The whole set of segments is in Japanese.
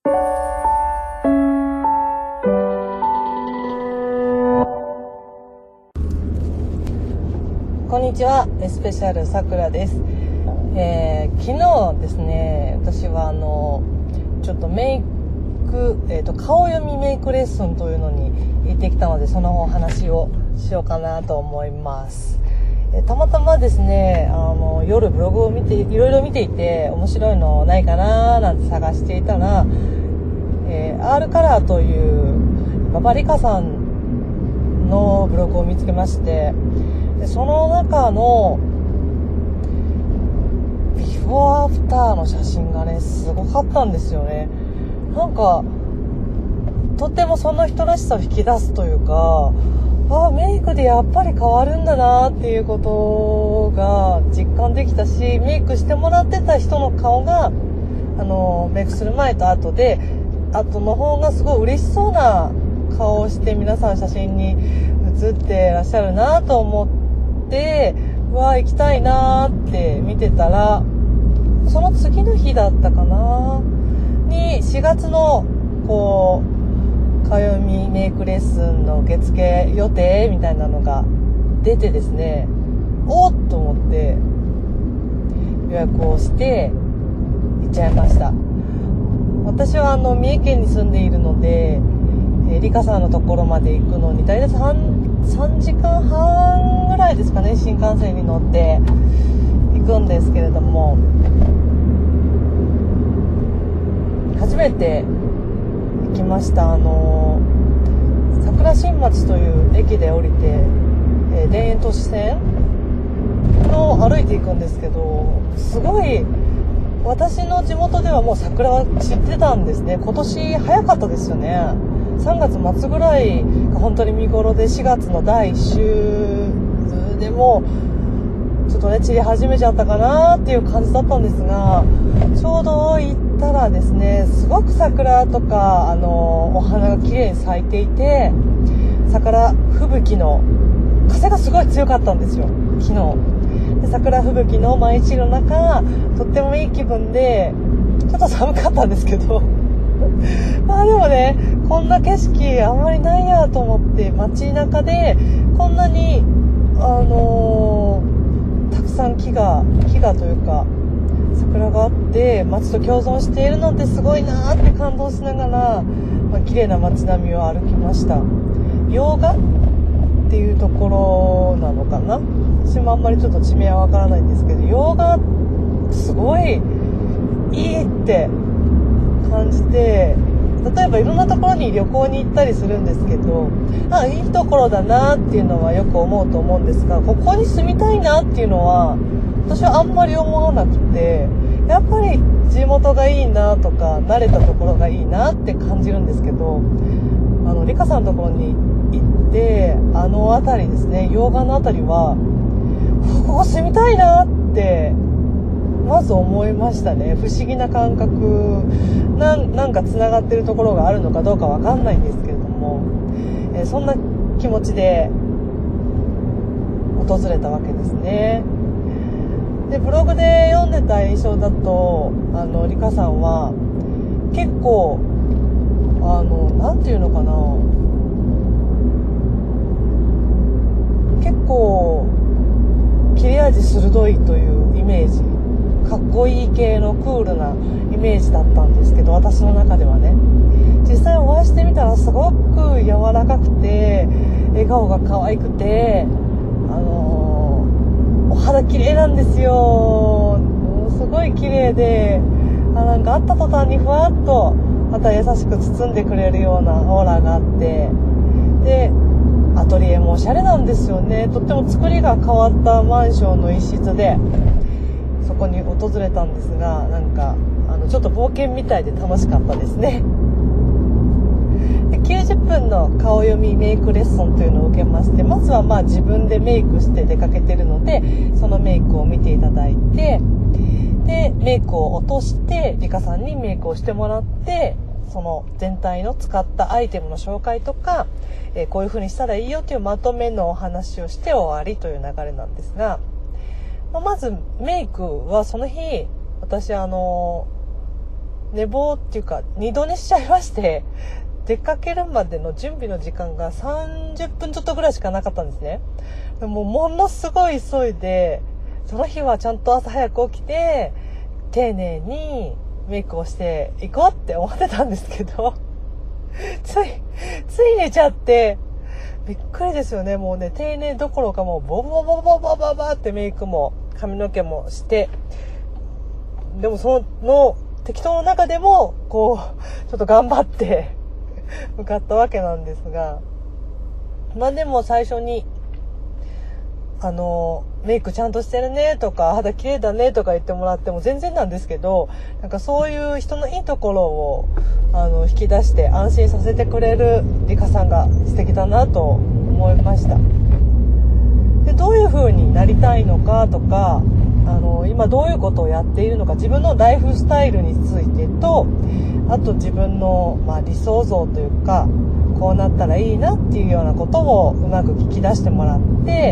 こんにちは、スペシャルさくらです。昨日ですね、私はちょっとメイク、顔読みメイクレッスンというのに行ってきたので、そのお話をしようかなと思います。たまたまですね、夜ブログをいろいろ見ていて、面白いのないかななんて探していたら、R カラーという馬場理香さんのブログを見つけまして、でその中のビフォーアフターの写真がね、すごかったんですよね。なんかとってもその人らしさを引き出すというか、メイクでやっぱり変わるんだなっていうことが実感できたし、メイクしてもらってた人の顔がメイクする前と後の方がすごい嬉しそうな顔をして皆さん写真に写ってらっしゃるなと思って、行きたいなって見てたら、その次の日だったかなに4月の顔読みメイクレッスンの受付予定みたいなのが出てですね、おっと思って予約をして行っちゃいました。私は三重県に住んでいるので、理香さんのところまで行くのに大体3時間半ぐらいですかね、新幹線に乗って行くんですけれども、初めて行きました。桜新町という駅で降りて、田園都市線の歩いていくんですけど、すごい私の地元ではもう桜は散ってたんですね。今年早かったですよね。3月末ぐらいが本当に見頃で、4月の第1週でもちょっとね散り始めちゃったかなっていう感じだったんですが、ちょうど行ったらですね、すごく桜とかお花が綺麗に咲いていて、桜吹雪の風がすごい強かったんですよ、昨日で。桜吹雪の舞い散る中、とってもいい気分で、ちょっと寒かったんですけどでもね、こんな景色あんまりないやと思って、街中でこんなにたくさん木がというか桜があって街と共存しているのってすごいなって感動しながら、綺麗な街並みを歩きました。洋画っていうところなのかな、私もあんまりちょっと地名はわからないんですけど、洋画すごいいいって感じて、例えばいろんなところに旅行に行ったりするんですけど、いいところだなっていうのはよく思うと思うんですが、ここに住みたいなっていうのは私はあんまり思わなくて、やっぱり地元がいいなとか慣れたところがいいなって感じるんですけど、理香さんのところに行って、辺りですね、洋画の辺りはここ住みたいなってまず思いましたね。不思議な感覚、なんかつながってるところがあるのかどうかわかんないんですけれども、そんな気持ちで訪れたわけですね。でブログで読んでた印象だと、理香さんは結構なんていうのかな、結構切れ味鋭いというイメージ、かっこいい系のクールなイメージだったんですけど、私の中ではね、実際お会いしてみたらすごく柔らかくて、笑顔が可愛くて、お肌綺麗なんですよ。すごい綺麗で、なんか会った途端にふわっとまた優しく包んでくれるようなオーラがあって、でアトリエもおしゃれなんですよね。とっても作りが変わったマンションの一室で、そこに訪れたんですが、なんかちょっと冒険みたいで楽しかったですね。で90分の顔読みメイクレッスンというのを受けまして、まずは自分でメイクして出かけてるので、そのメイクを見ていただいて、でメイクを落として理香さんにメイクをしてもらって、その全体の使ったアイテムの紹介とか、こういう風にしたらいいよというまとめのお話をして終わりという流れなんですが、まずメイクはその日私寝坊っていうか二度寝しちゃいまして、出かけるまでの準備の時間が30分ちょっとぐらいしかなかったんですね。でもものすごい急いで、その日はちゃんと朝早く起きて丁寧にメイクをしていこうって思ってたんですけどつい寝ちゃって、びっくりですよね。もうね、丁寧どころかもうボボボボボボボってメイクも髪の毛もして、でもその適当の中でもこうちょっと頑張って向かったわけなんですが、まあでも最初にメイクちゃんとしてるねとか肌綺麗だねとか言ってもらっても全然なんですけど、なんかそういう人のいいところを引き出して安心させてくれるリカさんが素敵だなと思いました。で、どういう風になりたいのかとか、今どういうことをやっているのか、自分のライフスタイルについてと、あと自分の、理想像というか、こうなったらいいなっていうようなことをうまく聞き出してもらって、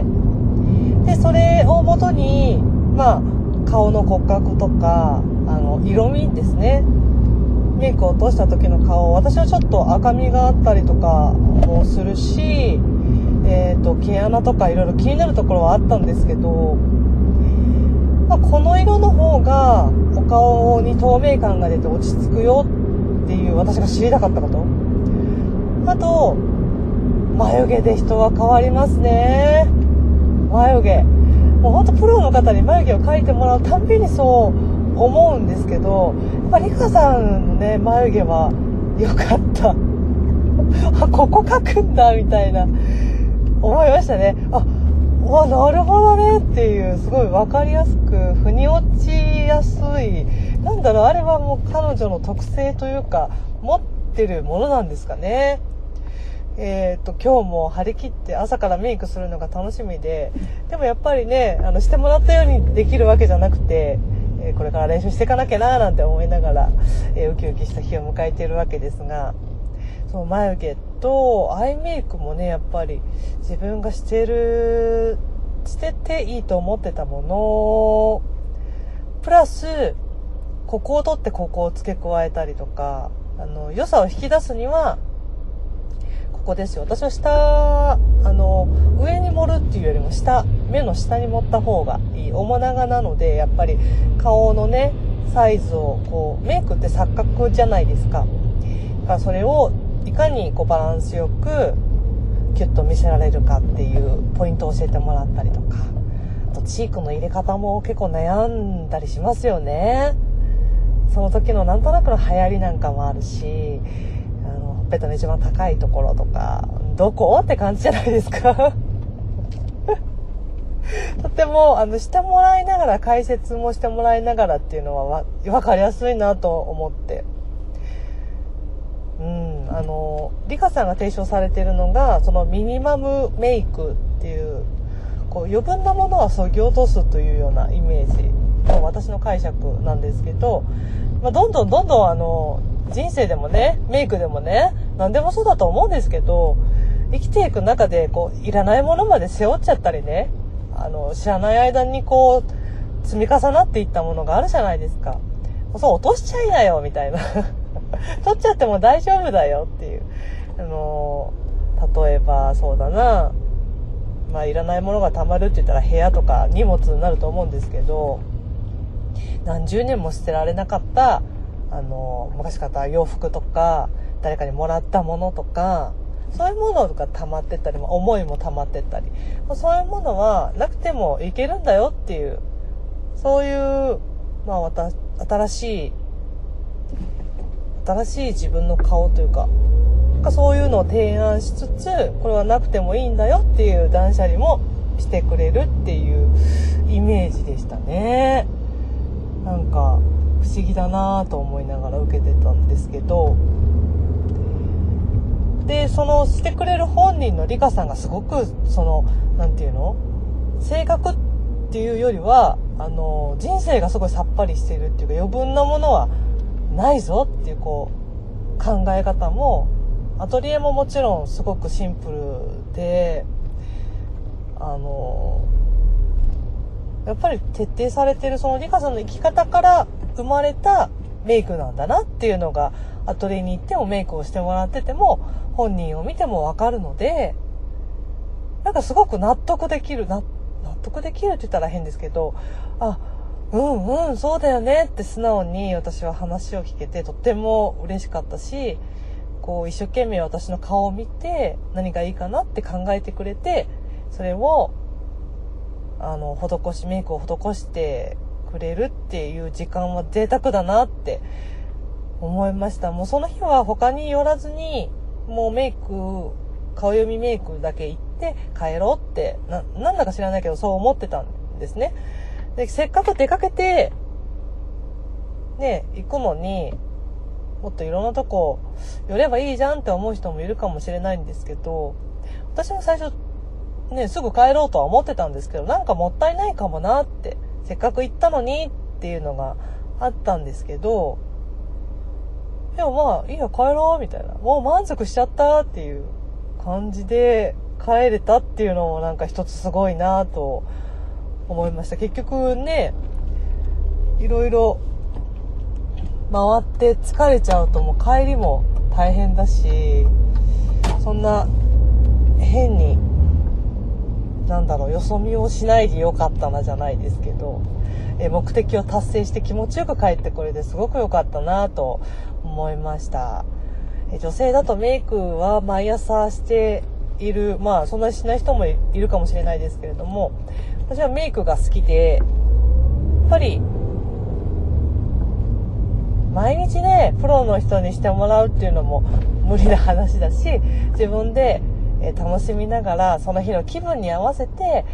でそれをもとに、顔の骨格とか色味ですね。メイクを落とした時の顔、私はちょっと赤みがあったりとかもするし、毛穴とかいろいろ気になるところはあったんですけど、この色の方がお顔に透明感が出て落ち着くよっていう私が知りたかったこと。あと眉毛で人は変わりますね。眉毛、もうほんとプロの方に眉毛を描いてもらうたんびにそう思うんですけど、やっぱりリカさんのね眉毛は良かったあ、ここ描くんだみたいな思いましたね。なるほどねっていう、すごい分かりやすく腑に落ちやすい、あれはもう彼女の特性というか持ってるものなんですかね。今日も張り切って朝からメイクするのが楽しみで、でもやっぱりね、してもらったようにできるわけじゃなくて、これから練習していかなきゃななんて思いながら、ウキウキした日を迎えているわけですが、その眉毛とアイメイクもね、やっぱり自分がしてていいと思ってたものプラス、ここを取ってここを付け加えたりとか、良さを引き出すにはここですよ。私は下上に盛るっていうよりも目の下に盛った方がいい。面長なので、やっぱり顔のねサイズをメイクって錯覚じゃないですか。だからそれをいかにバランスよくキュッと見せられるかっていうポイントを教えてもらったりとか、あとチークの入れ方も結構悩んだりしますよね。その時のなんとなくの流行りなんかもあるし、ほっぺたの一番高いところとかどこって感じじゃないですかとてもしてもらいながら、解説もしてもらいながらっていうのは分かりやすいなと思って、リカさんが提唱されているのがそのミニマムメイクっていう、余分なものは削ぎ落とすというようなイメージの私の解釈なんですけど、どんどん人生でもね、メイクでもね、何でもそうだと思うんですけど、生きていく中でいらないものまで背負っちゃったりね、知らない間に積み重なっていったものがあるじゃないですか。そう落としちゃいなよみたいな取っちゃっても大丈夫だよっていう、例えばそうだな、いらないものがたまるって言ったら部屋とか荷物になると思うんですけど、何十年も捨てられなかった昔買った洋服とか誰かにもらったものとか、そういうものが溜まってったり、思いも溜まってったり、そういうものはなくてもいけるんだよっていう、そういう、新しい自分の顔というか、そういうのを提案しつつ、これはなくてもいいんだよっていう断捨離もしてくれるっていうイメージでしたね。なんか不思議だなと思いながら受けてたんですけど、でしてくれる本人のリカさんがすごくなんていうの、性格っていうよりは人生がすごいさっぱりしてるっていうか、余分なものはないぞっていう考え方も、アトリエももちろんすごくシンプルで、やっぱり徹底されてるそのリカさんの生き方から生まれたメイクなんだなっていうのが、アトリエに行ってもメイクをしてもらってても本人を見てもわかるので、なんかすごく納得できるって言ったら変ですけど、そうだよねって素直に私は話を聞けてとっても嬉しかったし、こう一生懸命私の顔を見て何がいいかなって考えてくれて、それをメイクを施してくれるっていう時間は贅沢だなって思いました。もうその日は他に寄らずに、もう顔読みメイクだけ行って帰ろうってなんだか知らないけどそう思ってたんですね。で、せっかく出かけてね行くのに、もっといろんなとこ寄ればいいじゃんって思う人もいるかもしれないんですけど、私も最初ねすぐ帰ろうとは思ってたんですけど、なんかもったいないかもなって、せっかく行ったのにっていうのがあったんですけど、でもいいや帰ろうみたいな、もう満足しちゃったっていう感じで帰れたっていうのもなんか一つすごいなと思いました。結局ね、いろいろ回って疲れちゃうともう帰りも大変だし、そんな変によそ見をしないでよかったなじゃないですけど、目的を達成して気持ちよく帰ってこれてすごく良かったなと思いました。女性だとメイクは毎朝している、そんなにしない人もいるかもしれないですけれども、私はメイクが好きで、やっぱり毎日ねプロの人にしてもらうっていうのも無理な話だし、自分で楽しみながらその日の気分に合わせて、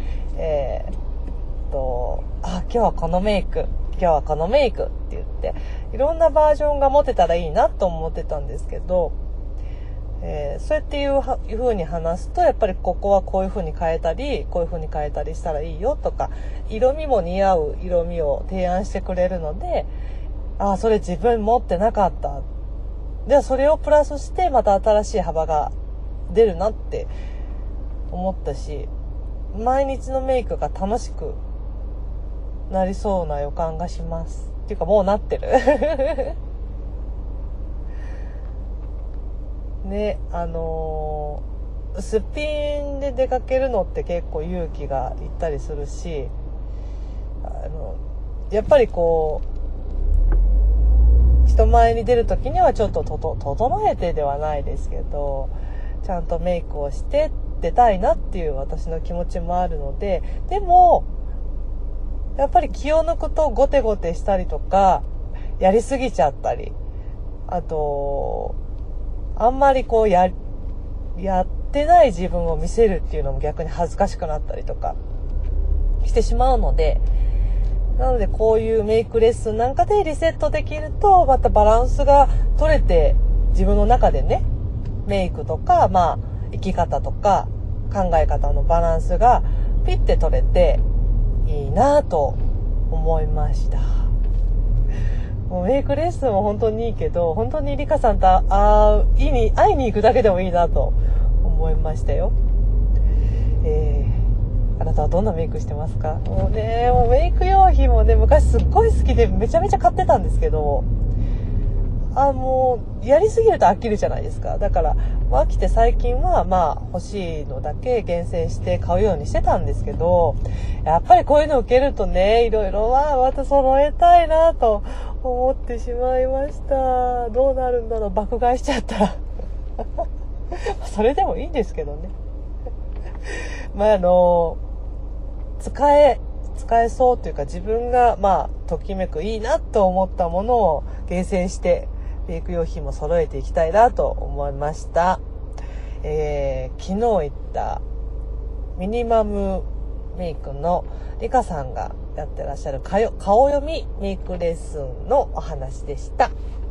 今日はこのメイクって言っていろんなバージョンが持てたらいいなと思ってたんですけど、そうやっていう風に話すと、やっぱりここはこういう風に変えたりしたらいいよとか、色味も似合う色味を提案してくれるので、それ自分持ってなかった、ではそれをプラスしてまた新しい幅が出るなって思ったし、毎日のメイクが楽しくなりそうな予感がしますっていうか、もうなってるね。すっぴんで出かけるのって結構勇気がいったりするし、やっぱりこう人前に出る時にはちょっと整えてではないですけど、ちゃんとメイクをして出たいなっていう私の気持ちもあるので、でもやっぱり気を抜くとゴテゴテしたりとかやりすぎちゃったり、あとあんまりこうやってない自分を見せるっていうのも逆に恥ずかしくなったりとかしてしまうので、なのでこういうメイクレッスンなんかでリセットできると、またバランスが取れて、自分の中でねメイクとか生き方とか考え方のバランスがピッて取れていいなと思いました。もうメイクレッスンも本当にいいけど、本当にリカさんと会いに行くだけでもいいなと思いましたよ。あなたはどんなメイクしてますか？もうメイク用品もね、昔すっごい好きでめちゃめちゃ買ってたんですけど、もうやりすぎると飽きるじゃないですか。だから飽きて最近は欲しいのだけ厳選して買うようにしてたんですけど、やっぱりこういうの受けるとね、いろいろまた揃えたいなと思ってしまいました。どうなるんだろう、爆買いしちゃったらそれでもいいんですけどね使えそうというか、自分がときめくいいなと思ったものを厳選してメイク用品も揃えていきたいなと思いました。昨日行ったミニマムメイクのリカさんがやってらっしゃる顔読みメイクレッスンのお話でした。